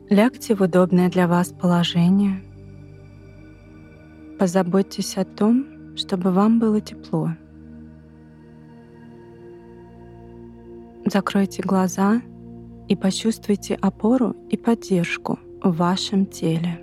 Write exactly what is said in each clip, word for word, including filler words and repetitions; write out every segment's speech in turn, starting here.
Лягте в удобное для вас положение. Позаботьтесь о том, чтобы вам было тепло. Закройте глаза и почувствуйте опору и поддержку в вашем теле.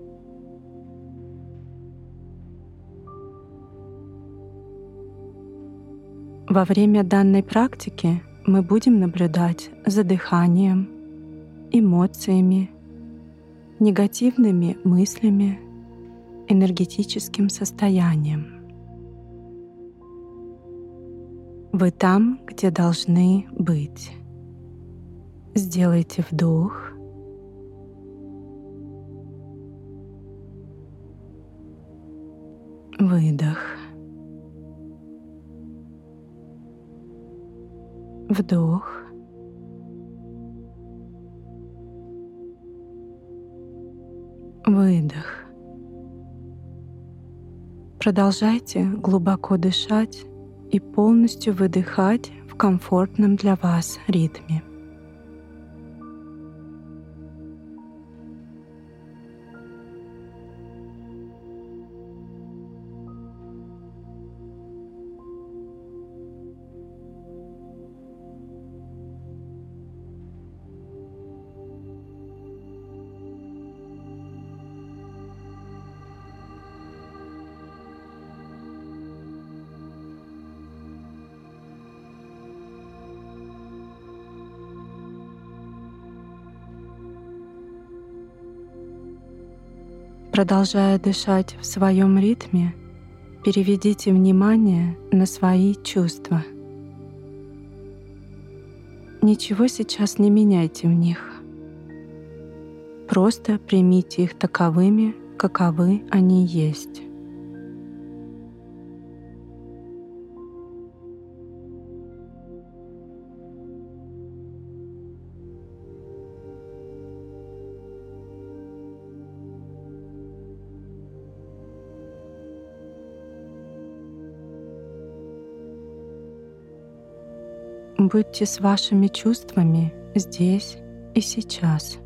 Во время данной практики мы будем наблюдать за дыханием, эмоциями, негативными мыслями, энергетическим состоянием. Вы там, где должны быть. Сделайте вдох. Выдох. Вдох. Выдох. Продолжайте глубоко дышать и полностью выдыхать в комфортном для вас ритме. Продолжая дышать в своем ритме, переведите внимание на свои чувства. Ничего сейчас не меняйте в них. Просто примите их таковыми, каковы они есть. Будьте с вашими чувствами здесь и сейчас.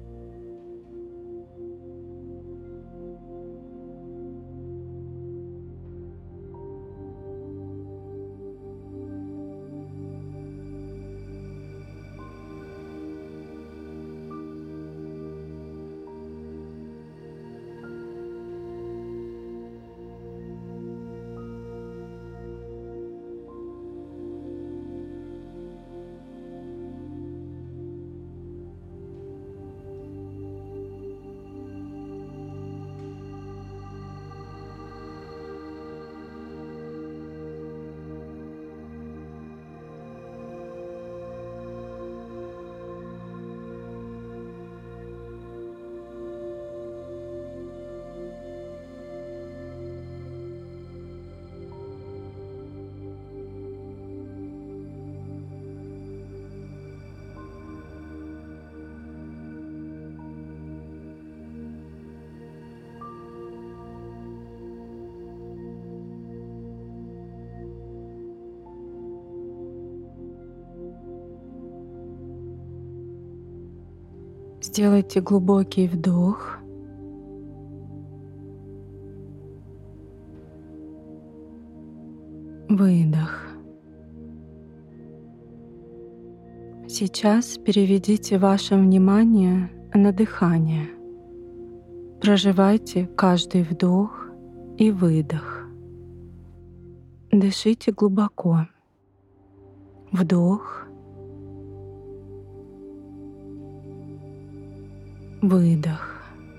Сделайте глубокий вдох. Выдох. Сейчас переведите ваше внимание на дыхание. Проживайте каждый вдох и выдох. Дышите глубоко. Вдох. Выдох.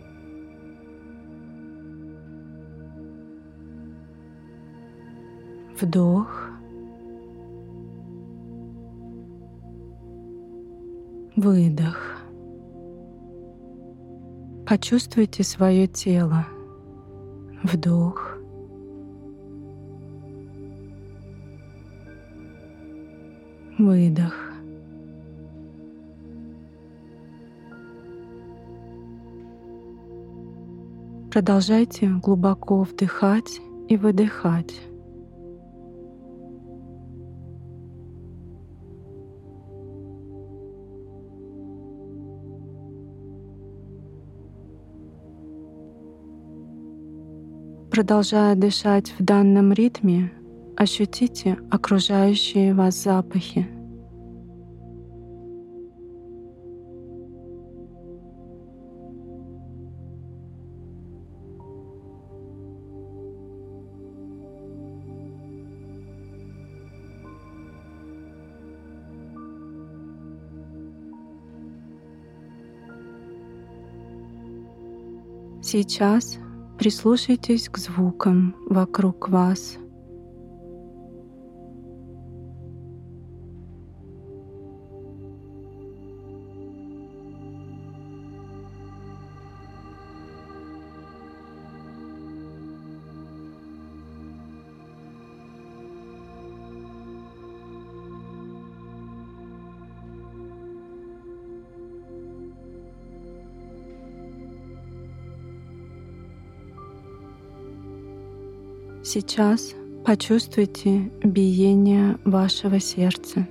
Вдох. Выдох. Почувствуйте свое тело. Вдох. Выдох. Продолжайте глубоко вдыхать и выдыхать. Продолжая дышать в данном ритме, ощутите окружающие вас запахи. Сейчас прислушайтесь к звукам вокруг вас. Сейчас почувствуйте биение вашего сердца.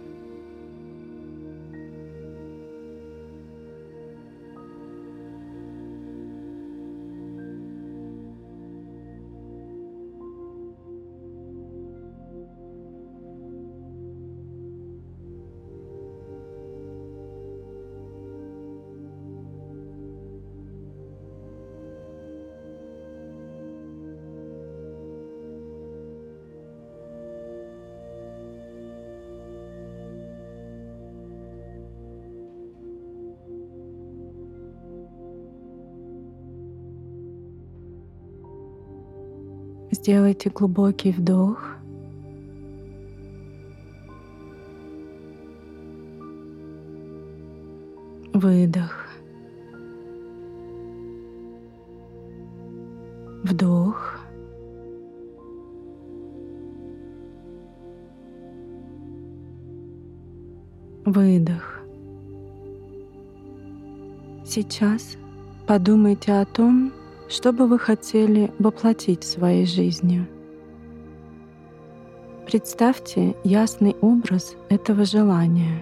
Сделайте глубокий вдох. Выдох. Вдох. Выдох. Сейчас подумайте о том, что бы вы хотели воплотить в своей жизни. Представьте ясный образ этого желания.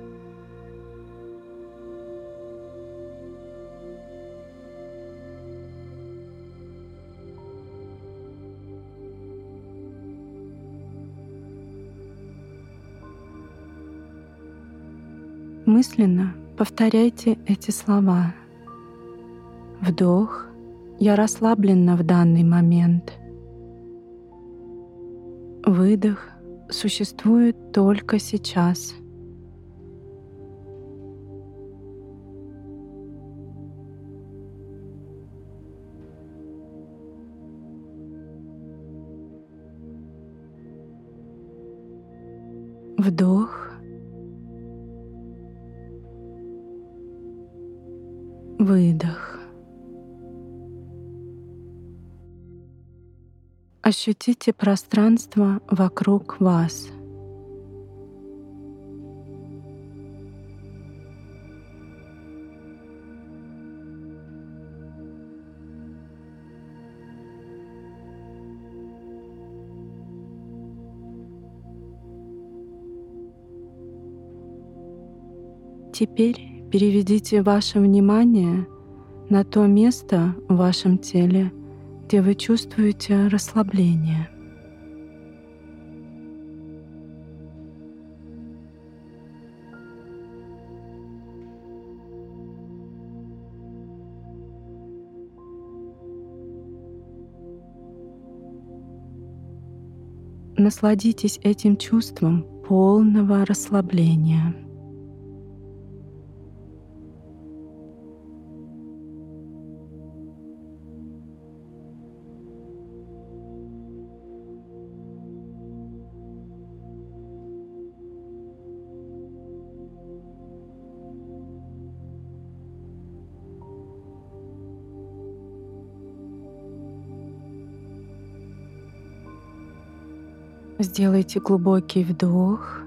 Мысленно повторяйте эти слова. Вдох. Я расслаблена в данный момент. Выдох существует только сейчас. Вдох. Выдох. Ощутите пространство вокруг вас. Теперь переведите ваше внимание на то место в вашем теле, где вы чувствуете расслабление. Насладитесь этим чувством полного расслабления. Сделайте глубокий вдох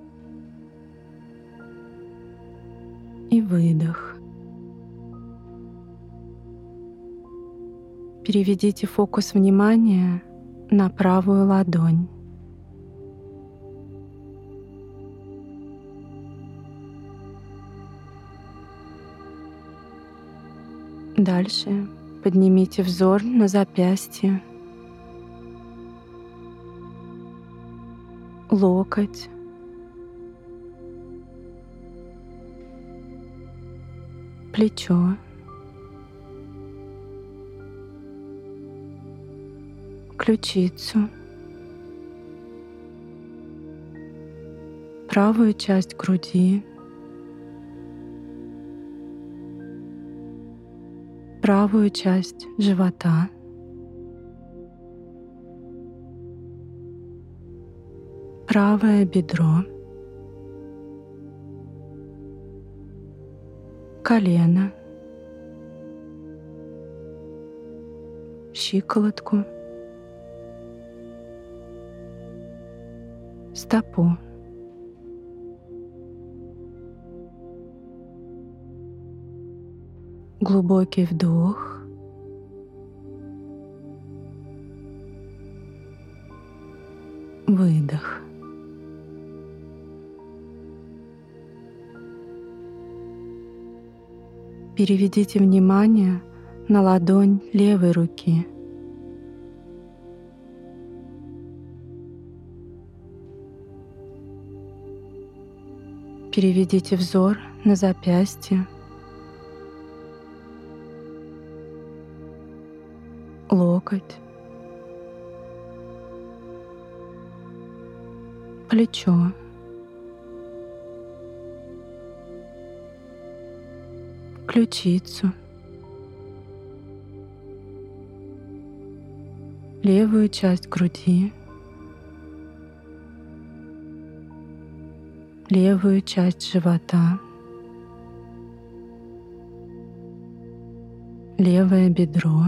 и выдох. Переведите фокус внимания на правую ладонь. Дальше поднимите взор на запястье локоть, плечо, ключицу, правую часть груди, правую часть живота, правое бедро, колено, щиколотку, стопу. Глубокий вдох. Выдох. Переведите внимание на ладонь левой руки. Переведите взор на запястье, локоть, плечо, ключицу, левую часть груди, левую часть живота, левое бедро,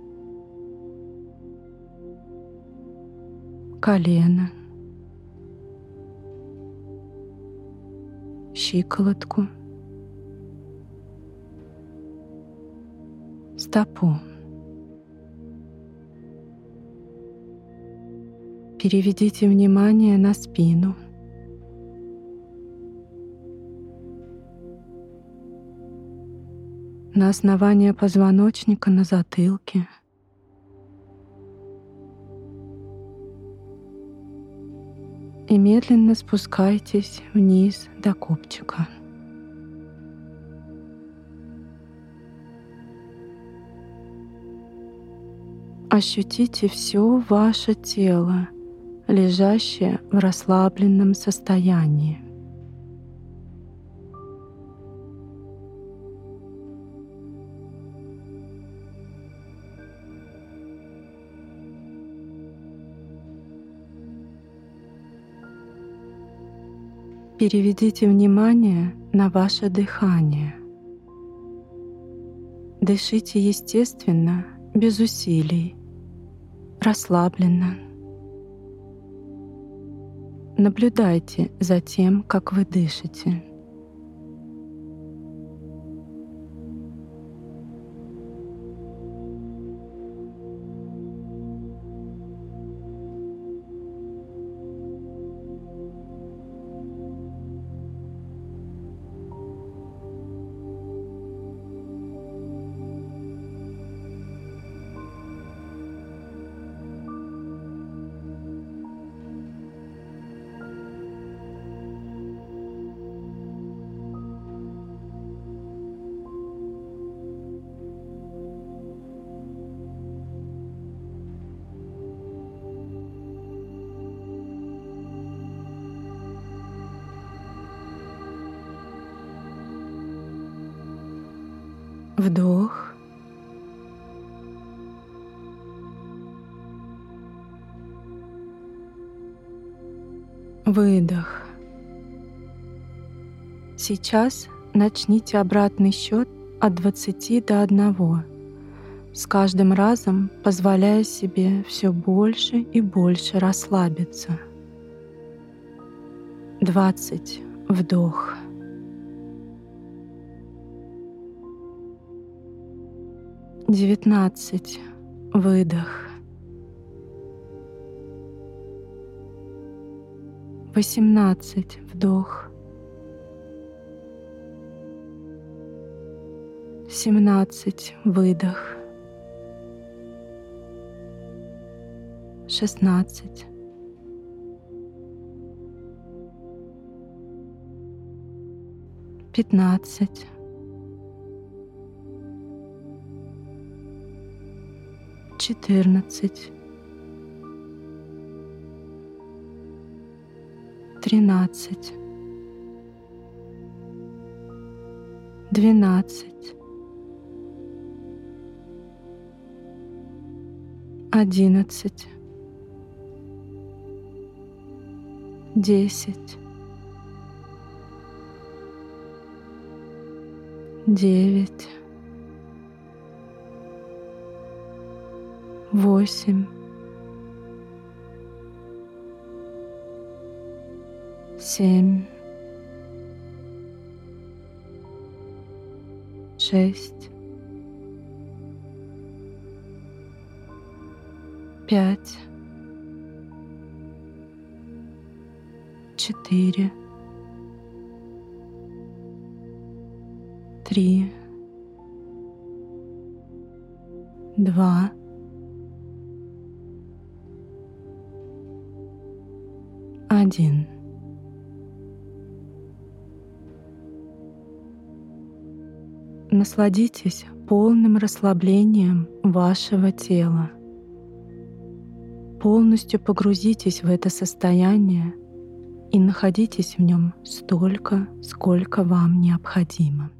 колено, щиколотку, стопу. Переведите внимание на спину. На основание позвоночника на затылке. И медленно спускайтесь вниз до копчика. Ощутите все ваше тело, лежащее в расслабленном состоянии. Переведите внимание на ваше дыхание. Дышите естественно, без усилий, расслабленно. Наблюдайте за тем, как вы дышите. Вдох. Выдох. Сейчас начните обратный счет от двадцати до одного, с каждым разом позволяя себе все больше и больше расслабиться. Двадцать. Вдох. Девятнадцать. Выдох. Восемнадцать. Вдох. Семнадцать. Выдох. Шестнадцать. пятнадцать, четырнадцать, тринадцать, двенадцать, одиннадцать, десять, девять, восемь, семь, шесть, пять, четыре, три, два, один. Насладитесь полным расслаблением вашего тела. Полностью погрузитесь в это состояние и находитесь в нем столько, сколько вам необходимо.